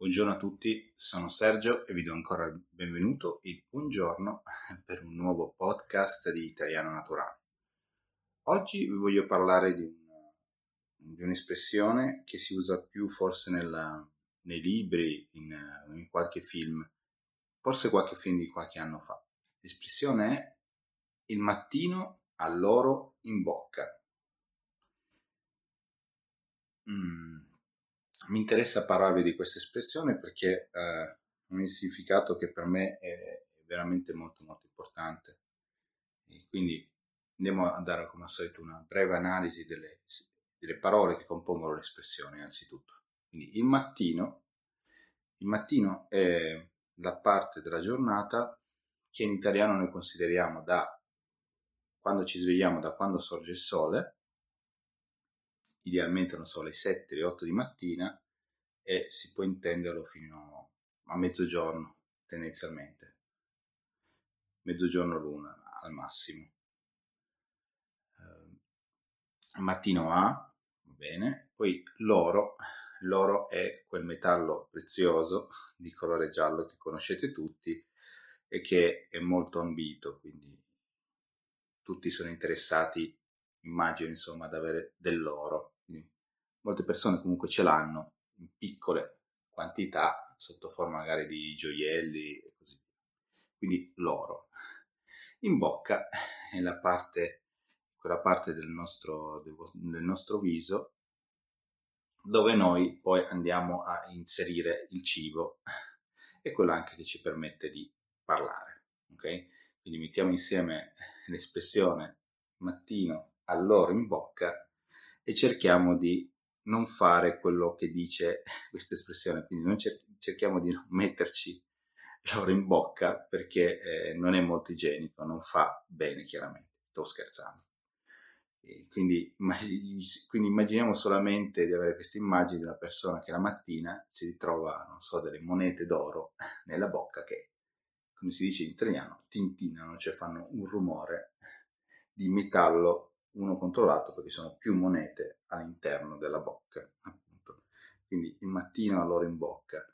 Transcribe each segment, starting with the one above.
Buongiorno a tutti, sono Sergio e vi do ancora il benvenuto, il buongiorno per un nuovo podcast di Italiano Naturale. Oggi vi voglio parlare di un'espressione che si usa più forse nei libri, in qualche film, forse qualche film di qualche anno fa. L'espressione è il mattino all'oro in bocca. Mi interessa parlarvi di questa espressione perché ha un significato che per me è veramente molto molto importante. E quindi andiamo a dare come al solito una breve analisi delle parole che compongono l'espressione innanzitutto. Quindi il mattino è la parte della giornata che in italiano noi consideriamo da quando ci svegliamo, da quando sorge il sole, idealmente non so, le 7, le 8 di mattina, e si può intenderlo fino a mezzogiorno tendenzialmente, mezzogiorno l'una al massimo. Mattino A, va bene, poi l'oro è quel metallo prezioso di colore giallo che conoscete tutti e che è molto ambito, quindi tutti sono interessati, immagino insomma, ad avere dell'oro. Quindi molte persone comunque ce l'hanno in piccole quantità, sotto forma magari di gioielli e così via. Quindi l'oro. In bocca è quella parte del nostro viso dove noi poi andiamo a inserire il cibo e quello anche che ci permette di parlare. Ok? Quindi mettiamo insieme l'espressione mattino all'oro in bocca e cerchiamo di non fare quello che dice questa espressione, quindi cerchiamo di non metterci l'oro in bocca perché non è molto igienico, non fa bene chiaramente, sto scherzando. Quindi immaginiamo solamente di avere questa immagine di una persona che la mattina si ritrova, non so, delle monete d'oro nella bocca che, come si dice in italiano, tintinano, cioè fanno un rumore di metallo uno contro l'altro perché sono più monete all'interno della bocca, appunto. Quindi il mattino all'oro in bocca.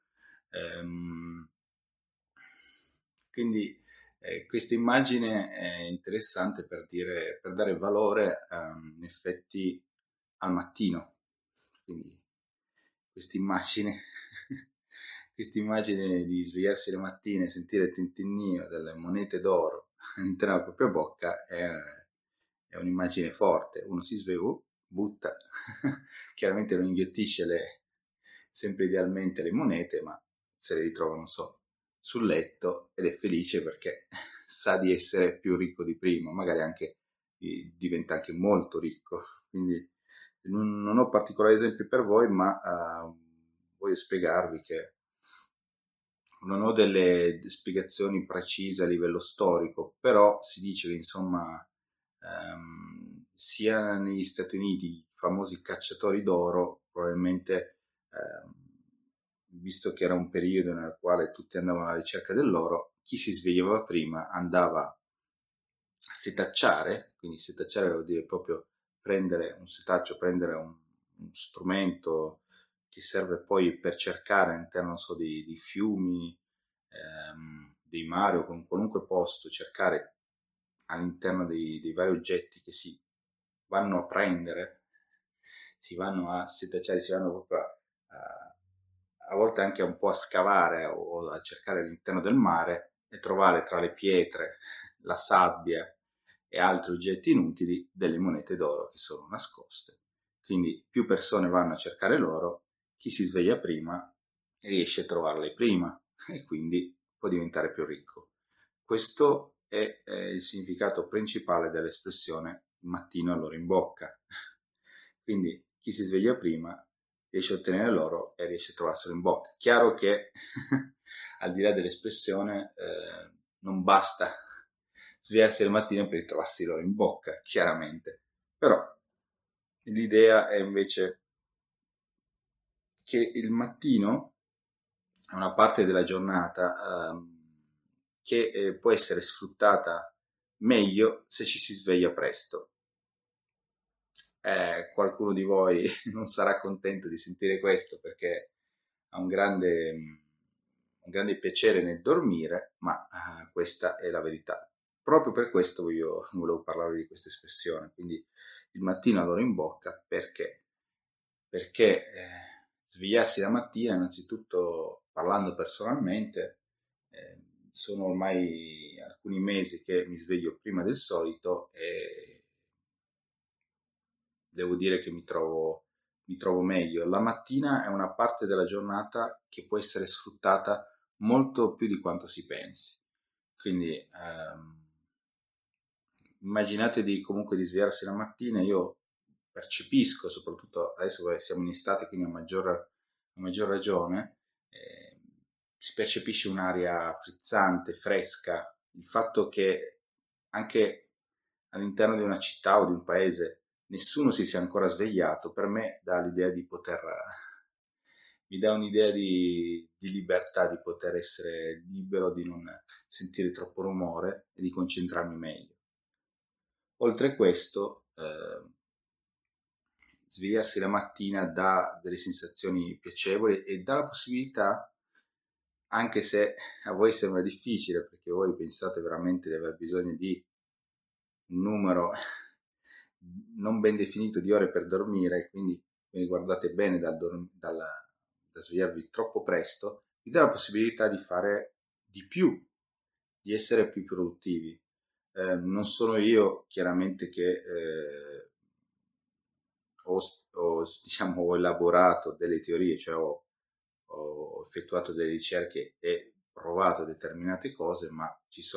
Quindi questa immagine è interessante per dare valore in effetti al mattino. Quindi questa immagine, questa immagine di svegliarsi le mattine e sentire il tintinnio delle monete d'oro all'interno della propria bocca è un'immagine forte. Uno si sveglia, butta, chiaramente non inghiottisce sempre idealmente le monete, ma se le ritrova, non so, sul letto ed è felice perché sa di essere più ricco di prima, magari anche diventa anche molto ricco. Quindi non ho particolari esempi per voi, ma voglio spiegarvi che non ho delle spiegazioni precise a livello storico, però si dice che insomma sia negli Stati Uniti i famosi cacciatori d'oro probabilmente visto che era un periodo nel quale tutti andavano alla ricerca dell'oro, chi si svegliava prima andava a setacciare, quindi setacciare vuol dire proprio prendere un setaccio, prendere un strumento che serve poi per cercare all'interno, non so, di fiumi, dei mari o con qualunque posto, cercare all'interno dei vari oggetti che si vanno a prendere, si vanno a setacciare, si vanno proprio a volte anche un po' a scavare o a cercare all'interno del mare e trovare tra le pietre, la sabbia e altri oggetti inutili delle monete d'oro che sono nascoste. Quindi più persone vanno a cercare l'oro, chi si sveglia prima riesce a trovarle prima e quindi può diventare più ricco. Questo è il significato principale dell'espressione mattino all'oro in bocca. Quindi chi si sveglia prima riesce a ottenere l'oro e riesce a trovarselo in bocca. Chiaro che al di là dell'espressione non basta svegliarsi la mattina per ritrovarsi l'oro in bocca, chiaramente. Però l'idea è invece che il mattino è una parte della giornata che può essere sfruttata meglio se ci si sveglia presto. Qualcuno di voi non sarà contento di sentire questo perché ha un grande piacere nel dormire, ma questa è la verità. Proprio per questo volevo parlare di questa espressione, quindi il mattino all'ora in bocca, perché svegliarsi la mattina, innanzitutto parlando personalmente, sono ormai alcuni mesi che mi sveglio prima del solito e devo dire che mi trovo meglio. La mattina è una parte della giornata che può essere sfruttata molto più di quanto si pensi. Quindi immaginate comunque di svegliarsi la mattina, io percepisco, soprattutto adesso che siamo in estate, quindi a maggior ragione, si percepisce un'aria frizzante, fresca, il fatto che anche all'interno di una città o di un paese nessuno si sia ancora svegliato, per me dà l'idea di mi dà un'idea di libertà, di poter essere libero, di non sentire troppo rumore e di concentrarmi meglio. Oltre a questo, svegliarsi la mattina dà delle sensazioni piacevoli e dà la possibilità, anche se a voi sembra difficile, perché voi pensate veramente di aver bisogno di un numero non ben definito di ore per dormire, quindi guardate bene da svegliarvi troppo presto, vi dà la possibilità di fare di più, di essere più produttivi. Non sono io chiaramente che diciamo, ho elaborato delle teorie, cioè ho effettuato delle ricerche e provato determinate cose, ma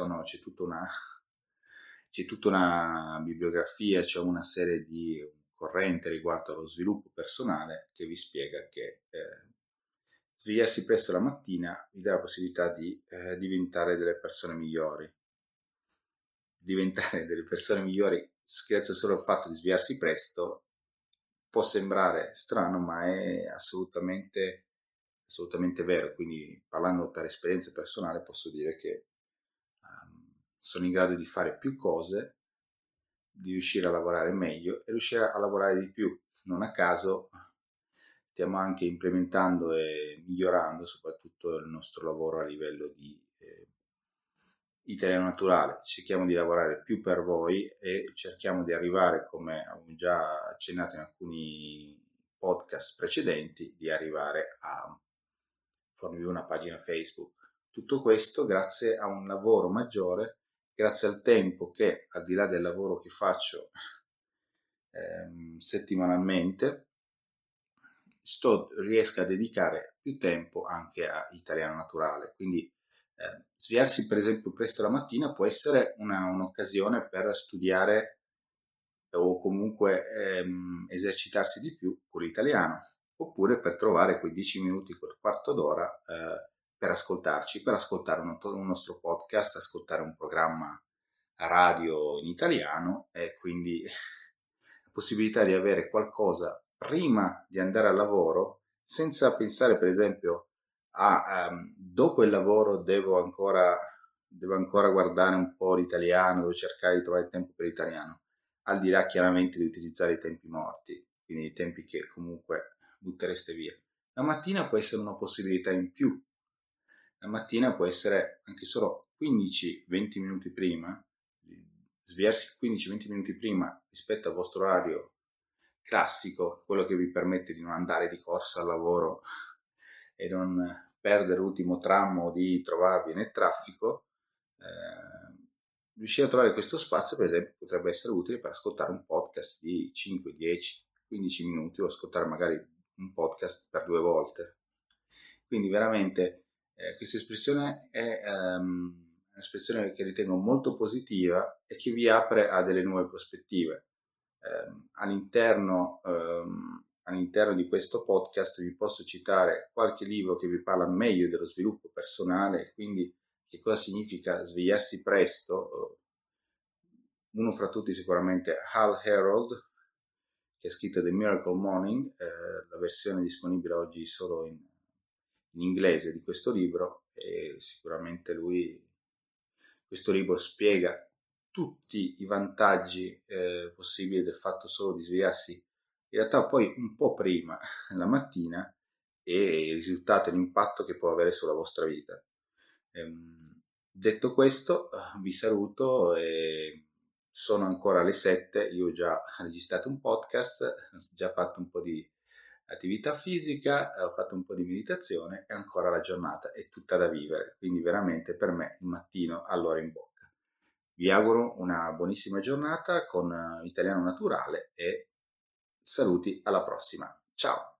c'è tutta una bibliografia, c'è una serie di corrente riguardo allo sviluppo personale che vi spiega che svegliarsi presto la mattina vi dà la possibilità di diventare delle persone migliori. Diventare delle persone migliori, grazie solo al fatto di svegliarsi presto, può sembrare strano, ma è assolutamente vero. Quindi, parlando per esperienza personale, posso dire che sono in grado di fare più cose, di riuscire a lavorare meglio e riuscire a lavorare di più. Non a caso stiamo anche implementando e migliorando soprattutto il nostro lavoro a livello di italiano naturale. Cerchiamo di lavorare più per voi e cerchiamo di arrivare, come avevo già accennato in alcuni podcast precedenti, di arrivare a fornire una pagina Facebook. Tutto questo grazie a un lavoro maggiore, grazie al tempo che, al di là del lavoro che faccio settimanalmente, riesco a dedicare più tempo anche a italiano naturale. Quindi svegliarsi per esempio presto la mattina può essere un'occasione per studiare o comunque esercitarsi di più con l'italiano, oppure per trovare quei 10 minuti, quel quarto d'ora per ascoltarci, per ascoltare un nostro podcast, ascoltare un programma radio in italiano e quindi la possibilità di avere qualcosa prima di andare al lavoro senza pensare per esempio dopo il lavoro devo ancora guardare un po' l'italiano, devo cercare di trovare tempo per l'italiano, al di là chiaramente di utilizzare i tempi morti, quindi i tempi che comunque buttereste via. La mattina può essere una possibilità in più, la mattina può essere anche solo 15-20 minuti prima, svegliarsi 15-20 minuti prima rispetto al vostro orario classico, quello che vi permette di non andare di corsa al lavoro e non perdere l'ultimo tram o di trovarvi nel traffico. Riuscire a trovare questo spazio, per esempio, potrebbe essere utile per ascoltare un podcast di 5, 10, 15 minuti o ascoltare magari un podcast per 2 volte. Quindi veramente questa espressione è un'espressione che ritengo molto positiva e che vi apre a delle nuove prospettive. All'interno di questo podcast vi posso citare qualche libro che vi parla meglio dello sviluppo personale, quindi che cosa significa svegliarsi presto. Uno fra tutti sicuramente Hal Herold, che ha scritto The Miracle Morning, la versione disponibile oggi solo in inglese di questo libro, e sicuramente questo libro spiega tutti i vantaggi possibili del fatto solo di svegliarsi in realtà poi un po' prima la mattina e il risultato e l'impatto che può avere sulla vostra vita. Detto questo, vi saluto e sono ancora le 7, io ho già registrato un podcast, ho già fatto un po' di attività fisica, ho fatto un po' di meditazione e ancora la giornata è tutta da vivere, quindi veramente per me il mattino all'ora in bocca. Vi auguro una buonissima giornata con Italiano Naturale e saluti alla prossima. Ciao!